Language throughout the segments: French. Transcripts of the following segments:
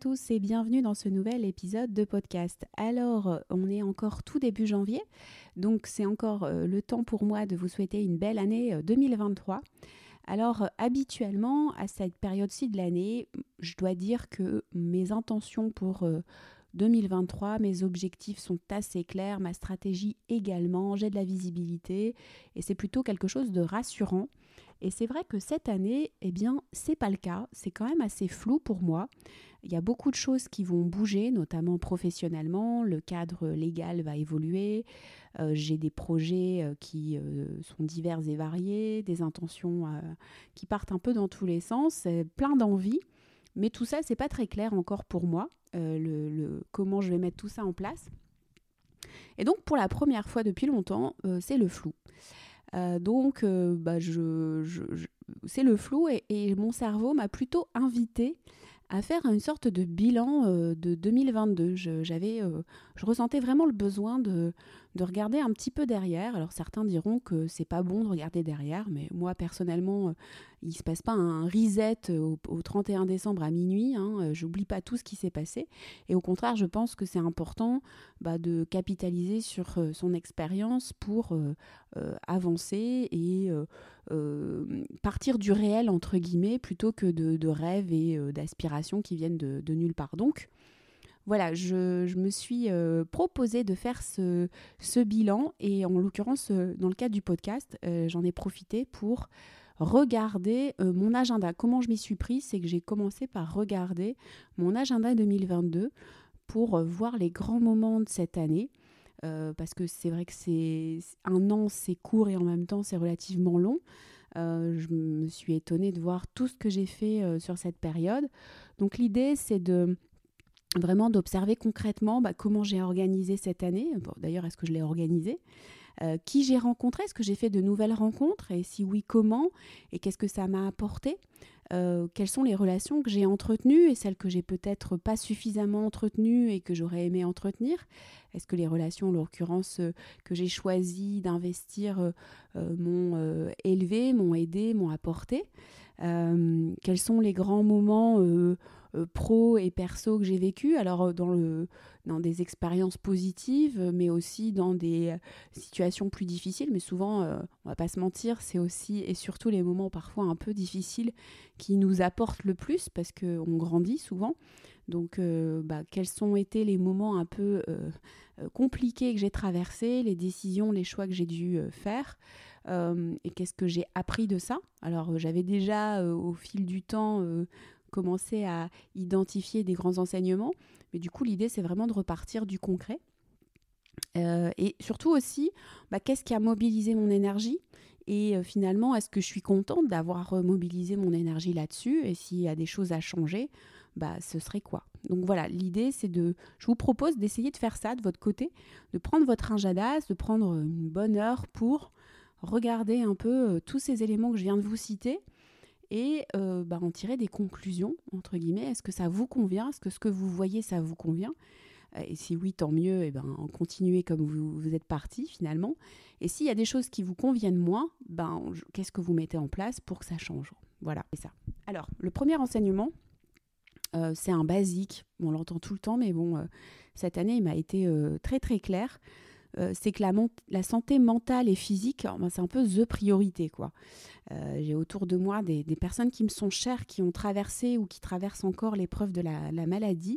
tous et bienvenue dans ce nouvel épisode de podcast. Alors, on est encore tout début janvier, donc c'est encore le temps pour moi de vous souhaiter une belle année 2023. Alors, habituellement, à cette période-ci de l'année, je dois dire que mes intentions pour 2023, mes objectifs sont assez clairs, ma stratégie également, j'ai de la visibilité et c'est plutôt quelque chose de rassurant. Et c'est vrai que cette année, eh bien, c'est pas le cas. C'est quand même assez flou pour moi. Il y a beaucoup de choses qui vont bouger, notamment professionnellement. Le cadre légal va évoluer. J'ai des projets qui sont divers et variés, des intentions qui partent un peu dans tous les sens, plein d'envies. Mais tout ça, c'est pas très clair encore pour moi. Comment je vais mettre tout ça en place. Et donc, pour la première fois depuis longtemps, c'est le flou. C'est le flou et mon cerveau m'a plutôt invité à faire une sorte de bilan de 2022. Je ressentais vraiment le besoin de regarder un petit peu derrière. Alors certains diront que c'est pas bon de regarder derrière, mais moi personnellement, il se passe pas un reset au 31 décembre à minuit. J'oublie pas tout ce qui s'est passé. Et au contraire, je pense que c'est important de capitaliser sur son expérience pour avancer et partir du réel, entre guillemets, plutôt que de rêves et d'aspirations qui viennent de nulle part. Donc, voilà, je me suis proposé de faire ce bilan et en l'occurrence, dans le cadre du podcast, j'en ai profité pour regarder mon agenda. Comment je m'y suis prise, c'est que j'ai commencé par regarder mon agenda 2022 pour voir les grands moments de cette année. Parce que c'est vrai que c'est un an, c'est court et en même temps c'est relativement long. Je me suis étonnée de voir tout ce que j'ai fait sur cette période. Donc l'idée, c'est vraiment d'observer concrètement comment j'ai organisé cette année. Bon, d'ailleurs, est-ce que je l'ai organisée ? Qui j'ai rencontré ? Est-ce que j'ai fait de nouvelles rencontres ? Et si oui, comment ? Et qu'est-ce que ça m'a apporté ? Quelles sont les relations que j'ai entretenues et celles que j'ai peut-être pas suffisamment entretenues et que j'aurais aimé entretenir ? Est-ce que les relations, en l'occurrence, que j'ai choisi d'investir m'ont élevé, m'ont aidé, m'ont apporté ? Quels sont les grands moments pro et perso que j'ai vécu ? Alors dans des expériences positives, mais aussi dans des situations plus difficiles. Mais souvent, on va pas se mentir, c'est aussi et surtout les moments parfois un peu difficiles qui nous apportent le plus parce qu'on grandit souvent. Donc, quels ont été les moments un peu compliqués que j'ai traversés, les décisions, les choix que j'ai dû faire et qu'est-ce que j'ai appris de ça ? Alors, j'avais déjà, au fil du temps, commencé à identifier des grands enseignements, mais du coup, l'idée, c'est vraiment de repartir du concret. Et surtout aussi, qu'est-ce qui a mobilisé mon énergie ? Et finalement, est-ce que je suis contente d'avoir mobilisé mon énergie là-dessus ? Et s'il y a des choses à changer, ce serait quoi ? Donc voilà, l'idée, je vous propose d'essayer de faire ça de votre côté, de prendre votre agenda, de prendre une bonne heure pour regarder un peu tous ces éléments que je viens de vous citer et en tirer des conclusions, entre guillemets. Est-ce que ça vous convient ? Est-ce que ce que vous voyez, ça vous convient ? Et si oui, tant mieux, continuez comme vous êtes parti finalement. Et s'il y a des choses qui vous conviennent moins, qu'est-ce que vous mettez en place pour que ça change ? Voilà, c'est ça. Alors, le premier enseignement, c'est un basique. On l'entend tout le temps, mais cette année, il m'a été très très clair. C'est que la santé mentale et physique, c'est un peu the priorité, quoi. J'ai autour de moi des personnes qui me sont chères, qui ont traversé ou qui traversent encore l'épreuve de la maladie.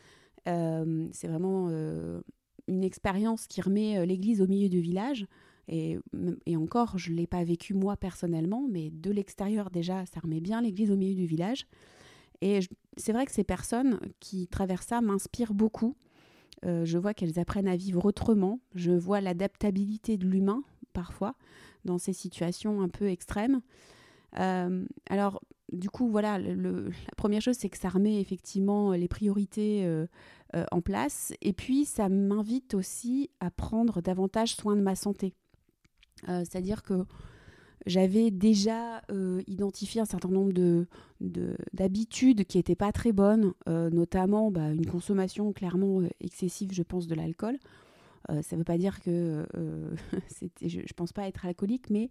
C'est vraiment une expérience qui remet l'église au milieu du village. Et encore, je ne l'ai pas vécu moi personnellement, mais de l'extérieur déjà, ça remet bien l'église au milieu du village. Et c'est vrai que ces personnes qui traversent ça m'inspirent beaucoup. Je vois qu'elles apprennent à vivre autrement. Je vois l'adaptabilité de l'humain, parfois, dans ces situations un peu extrêmes. Alors, du coup, voilà, la première chose, c'est que ça remet effectivement les priorités en place. Et puis, ça m'invite aussi à prendre davantage soin de ma santé. C'est-à-dire que j'avais déjà identifié un certain nombre d'habitudes qui n'étaient pas très bonnes, notamment une consommation clairement excessive, je pense, de l'alcool. Ça ne veut pas dire que je ne pense pas être alcoolique, mais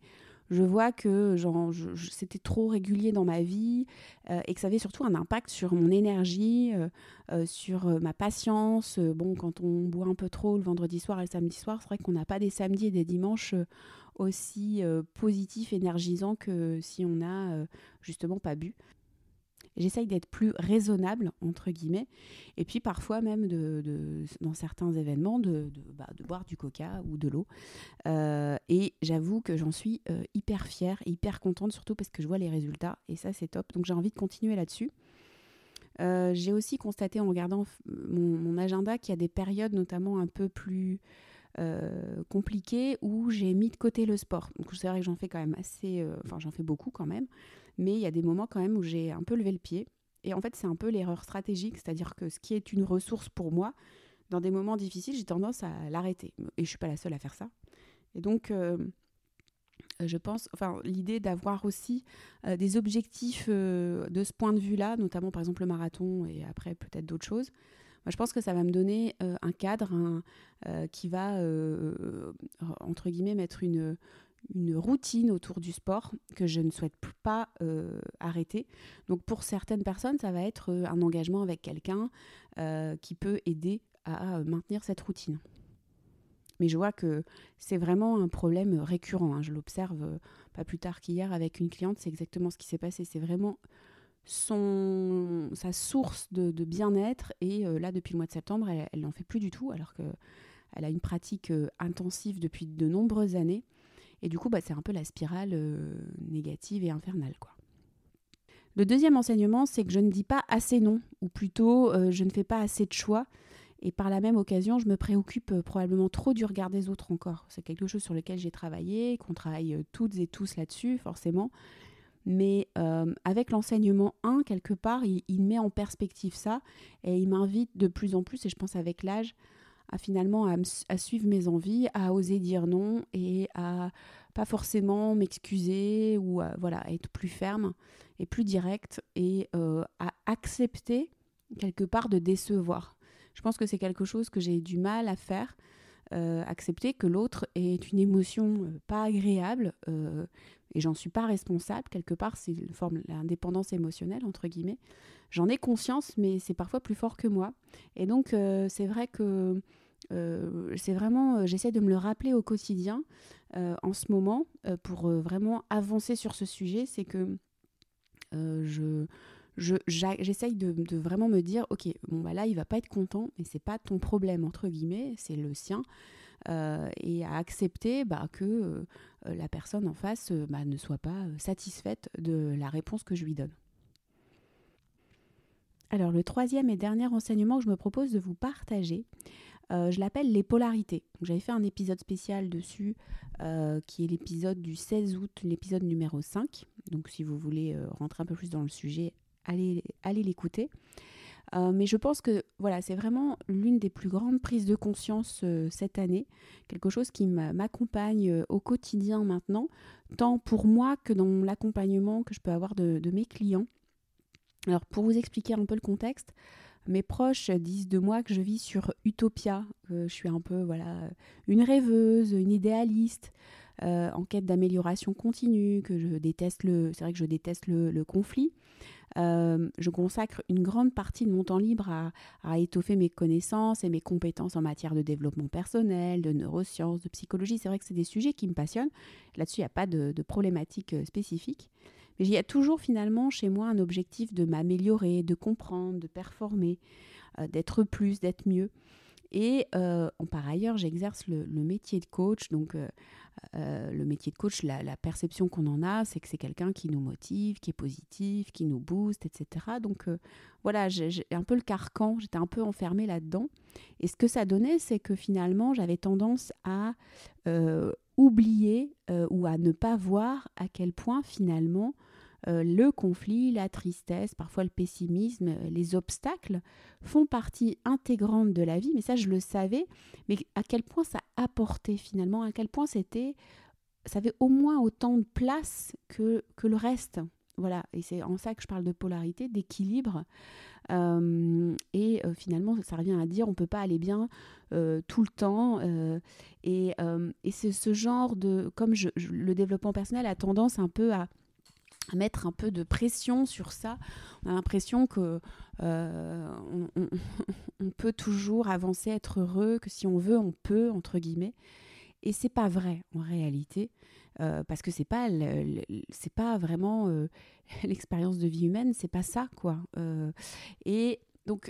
je vois que c'était trop régulier dans ma vie et que ça avait surtout un impact sur mon énergie, sur ma patience. Bon, quand on boit un peu trop le vendredi soir et le samedi soir, c'est vrai qu'on n'a pas des samedis et des dimanches aussi positifs, énergisants que si on n'a justement pas bu. J'essaye d'être plus raisonnable, entre guillemets, et puis parfois même, dans certains événements, de boire du coca ou de l'eau. Et j'avoue que j'en suis hyper fière et hyper contente, surtout parce que je vois les résultats, et ça c'est top. Donc j'ai envie de continuer là-dessus. J'ai aussi constaté en regardant mon agenda qu'il y a des périodes notamment un peu plus compliquées où j'ai mis de côté le sport. Donc c'est vrai que j'en fais quand même assez... j'en fais beaucoup quand même. Mais il y a des moments quand même où j'ai un peu levé le pied. Et en fait, c'est un peu l'erreur stratégique. C'est-à-dire que ce qui est une ressource pour moi, dans des moments difficiles, j'ai tendance à l'arrêter. Et je ne suis pas la seule à faire ça. Et donc... je pense, l'idée d'avoir aussi des objectifs de ce point de vue-là, notamment par exemple le marathon et après peut-être d'autres choses, moi, je pense que ça va me donner un cadre qui va, entre guillemets, mettre une routine autour du sport que je ne souhaite pas arrêter. Donc pour certaines personnes, ça va être un engagement avec quelqu'un qui peut aider à maintenir cette routine. Mais je vois que c'est vraiment un problème récurrent, hein. Je l'observe pas plus tard qu'hier avec une cliente, c'est exactement ce qui s'est passé. C'est vraiment sa source de bien-être. Et là, depuis le mois de septembre, elle n'en fait plus du tout, alors qu'elle a une pratique intensive depuis de nombreuses années. Et du coup, c'est un peu la spirale négative et infernale, quoi. Le deuxième enseignement, c'est que je ne dis pas assez non, ou plutôt je ne fais pas assez de choix. Et par la même occasion, je me préoccupe probablement trop du regard des autres encore. C'est quelque chose sur lequel j'ai travaillé, qu'on travaille toutes et tous là-dessus, forcément. Mais avec l'enseignement 1, quelque part, il met en perspective ça et il m'invite de plus en plus, et je pense avec l'âge, à suivre mes envies, à oser dire non et à pas forcément m'excuser ou à être plus ferme et plus directe et à accepter quelque part de décevoir. Je pense que c'est quelque chose que j'ai du mal à faire, accepter que l'autre est une émotion pas agréable et j'en suis pas responsable. Quelque part, c'est une forme l'indépendance émotionnelle, entre guillemets. J'en ai conscience, mais c'est parfois plus fort que moi. Et donc, c'est vrai que c'est vraiment, j'essaie de me le rappeler au quotidien en ce moment pour vraiment avancer sur ce sujet. C'est que j'essaye de vraiment me dire, ok, là, il va pas être content, mais c'est pas ton problème, entre guillemets, c'est le sien. Et à accepter que la personne en face ne soit pas satisfaite de la réponse que je lui donne. Alors, le troisième et dernier enseignement que je me propose de vous partager, je l'appelle les polarités. Donc, j'avais fait un épisode spécial dessus, qui est l'épisode du 16 août, l'épisode numéro 5. Donc, si vous voulez rentrer un peu plus dans le sujet, allez l'écouter. Mais je pense que c'est vraiment l'une des plus grandes prises de conscience cette année, quelque chose qui m'accompagne au quotidien maintenant, tant pour moi que dans l'accompagnement que je peux avoir de mes clients. Alors pour vous expliquer un peu le contexte, mes proches disent de moi que je vis sur Utopia, je suis un peu une rêveuse, une idéaliste, en quête d'amélioration continue, que je déteste c'est vrai que je déteste le conflit. Je consacre une grande partie de mon temps libre à étoffer mes connaissances et mes compétences en matière de développement personnel, de neurosciences, de psychologie. C'est vrai que c'est des sujets qui me passionnent. Là-dessus, il n'y a pas de problématique spécifique. Mais il y a toujours finalement chez moi un objectif de m'améliorer, de comprendre, de performer, d'être plus, d'être mieux. Et par ailleurs, j'exerce le métier de coach. Donc, le métier de coach, la perception qu'on en a, c'est que c'est quelqu'un qui nous motive, qui est positif, qui nous booste, etc. Donc, j'ai un peu le carcan, j'étais un peu enfermée là-dedans. Et ce que ça donnait, c'est que finalement, j'avais tendance à oublier ou à ne pas voir à quel point finalement le conflit, la tristesse, parfois le pessimisme, les obstacles font partie intégrante de la vie. Mais ça, je le savais. Mais à quel point ça apportait finalement, à quel point ça avait au moins autant de place que le reste. Voilà, et c'est en ça que je parle de polarité, d'équilibre. Finalement, ça revient à dire on ne peut pas aller bien tout le temps. Et c'est ce genre de... Comme le développement personnel a tendance un peu à mettre un peu de pression sur ça. On a l'impression que on peut toujours avancer, être heureux, que si on veut, on peut, entre guillemets. Et c'est pas vrai en réalité, parce que c'est pas vraiment l'expérience de vie humaine, c'est pas ça quoi. Et donc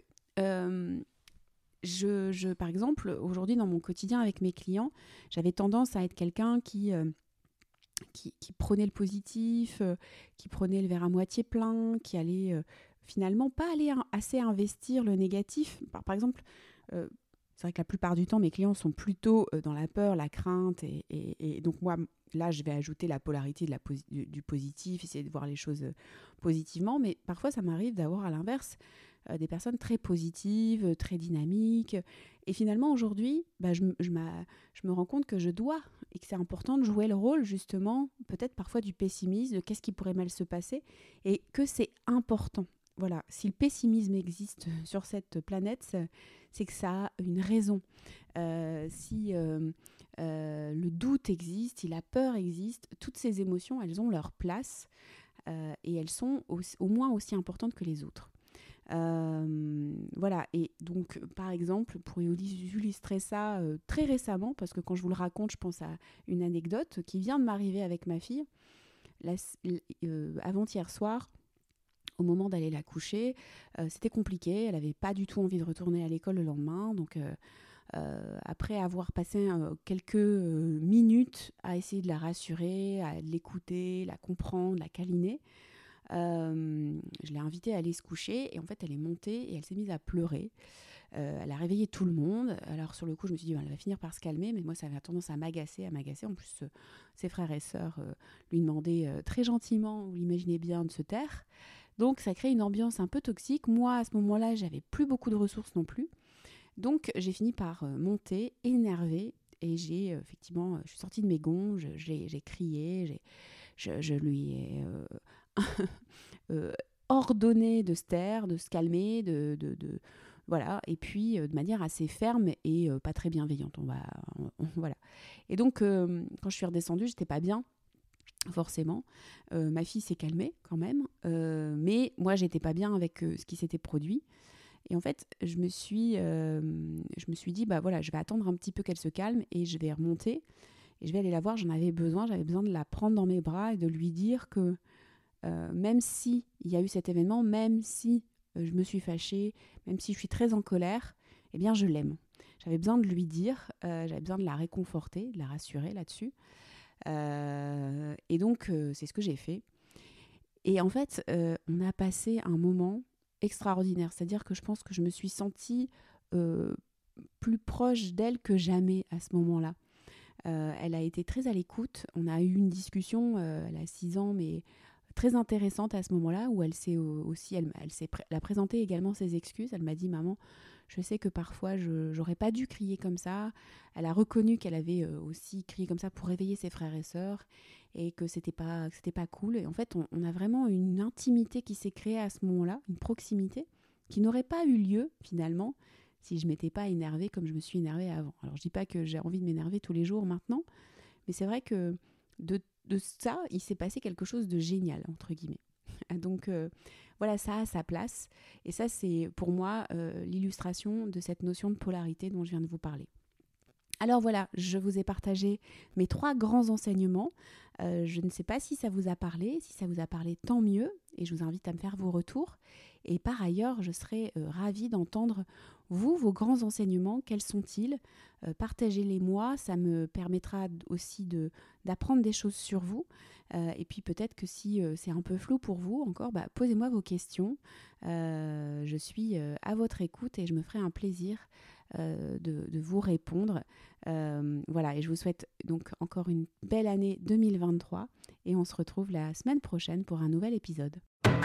par exemple, aujourd'hui dans mon quotidien avec mes clients, j'avais tendance à être quelqu'un qui prenait le positif, qui prenait le verre à moitié plein, qui allait finalement pas aller assez investir le négatif. Par exemple, c'est vrai que la plupart du temps, mes clients sont plutôt dans la peur, la crainte, et donc moi, là, je vais ajouter la polarité du positif, essayer de voir les choses positivement, mais parfois, ça m'arrive d'avoir à l'inverse des personnes très positives, très dynamiques, et finalement, aujourd'hui, je me rends compte que je dois, et que c'est important de jouer le rôle, justement, peut-être parfois du pessimisme, de qu'est-ce qui pourrait mal se passer, et que c'est important. Voilà, si le pessimisme existe sur cette planète, c'est que ça a une raison. Si le doute existe, si la peur existe, toutes ces émotions, elles ont leur place et elles sont au moins aussi importantes que les autres. Voilà, et donc par exemple, pour illustrer ça très récemment, parce que quand je vous le raconte, je pense à une anecdote qui vient de m'arriver avec ma fille, avant-hier soir, au moment d'aller la coucher, c'était compliqué, elle n'avait pas du tout envie de retourner à l'école le lendemain, donc après avoir passé quelques minutes à essayer de la rassurer, à l'écouter, la comprendre, la câliner, je l'ai invitée à aller se coucher et en fait elle est montée et elle s'est mise à pleurer. Elle a réveillé tout le monde. Alors sur le coup je me suis dit elle va finir par se calmer, mais moi ça avait tendance à m'agacer. En plus ses frères et sœurs lui demandaient très gentiment, vous l'imaginez bien, de se taire. Donc ça crée une ambiance un peu toxique. Moi à ce moment-là j'avais plus beaucoup de ressources non plus. Donc j'ai fini par monter, énervée, et effectivement, je suis sortie de mes gonds, j'ai crié, je lui ai ordonné de se taire, de se calmer, voilà, et puis de manière assez ferme et pas très bienveillante. Voilà. Et donc quand je suis redescendue, j'étais pas bien. Forcément, ma fille s'est calmée quand même, mais moi j'étais pas bien avec ce qui s'était produit. Et en fait, je me suis dit, voilà, je vais attendre un petit peu qu'elle se calme et je vais remonter et je vais aller la voir. J'avais besoin de la prendre dans mes bras et de lui dire que même si il y a eu cet événement, même si je me suis fâchée, même si je suis très en colère, eh bien je l'aime. J'avais besoin de lui dire, j'avais besoin de la réconforter, de la rassurer là-dessus. Et donc, c'est ce que j'ai fait. Et en fait, on a passé un moment extraordinaire. C'est-à-dire que je pense que je me suis sentie plus proche d'elle que jamais à ce moment-là. Elle a été très à l'écoute. On a eu une discussion, elle a 6 ans, mais très intéressante à ce moment-là, où elle a présenté également ses excuses. Elle m'a dit, maman, je sais que parfois j'aurais pas dû crier comme ça. Elle a reconnu qu'elle avait aussi crié comme ça pour réveiller ses frères et sœurs et que c'était pas cool. Et en fait, on a vraiment une intimité qui s'est créée à ce moment-là, une proximité qui n'aurait pas eu lieu finalement si je m'étais pas énervée comme je me suis énervée avant. Alors je dis pas que j'ai envie de m'énerver tous les jours maintenant, mais c'est vrai que de ça, il s'est passé quelque chose de génial, entre guillemets. Donc voilà, ça a sa place. Et ça, c'est pour moi l'illustration de cette notion de polarité dont je viens de vous parler. Alors voilà, je vous ai partagé mes 3 grands enseignements. Je ne sais pas si ça vous a parlé. Si ça vous a parlé, tant mieux. Et je vous invite à me faire vos retours. Et par ailleurs, je serais ravie d'entendre, vos grands enseignements. Quels sont-ils ? Partagez-les moi. Ça me permettra aussi d'apprendre des choses sur vous. Et puis peut-être que si c'est un peu flou pour vous encore, posez-moi vos questions. Je suis à votre écoute et je me ferai un plaisir de vous répondre. Voilà, et je vous souhaite donc encore une belle année 2023 et on se retrouve la semaine prochaine pour un nouvel épisode.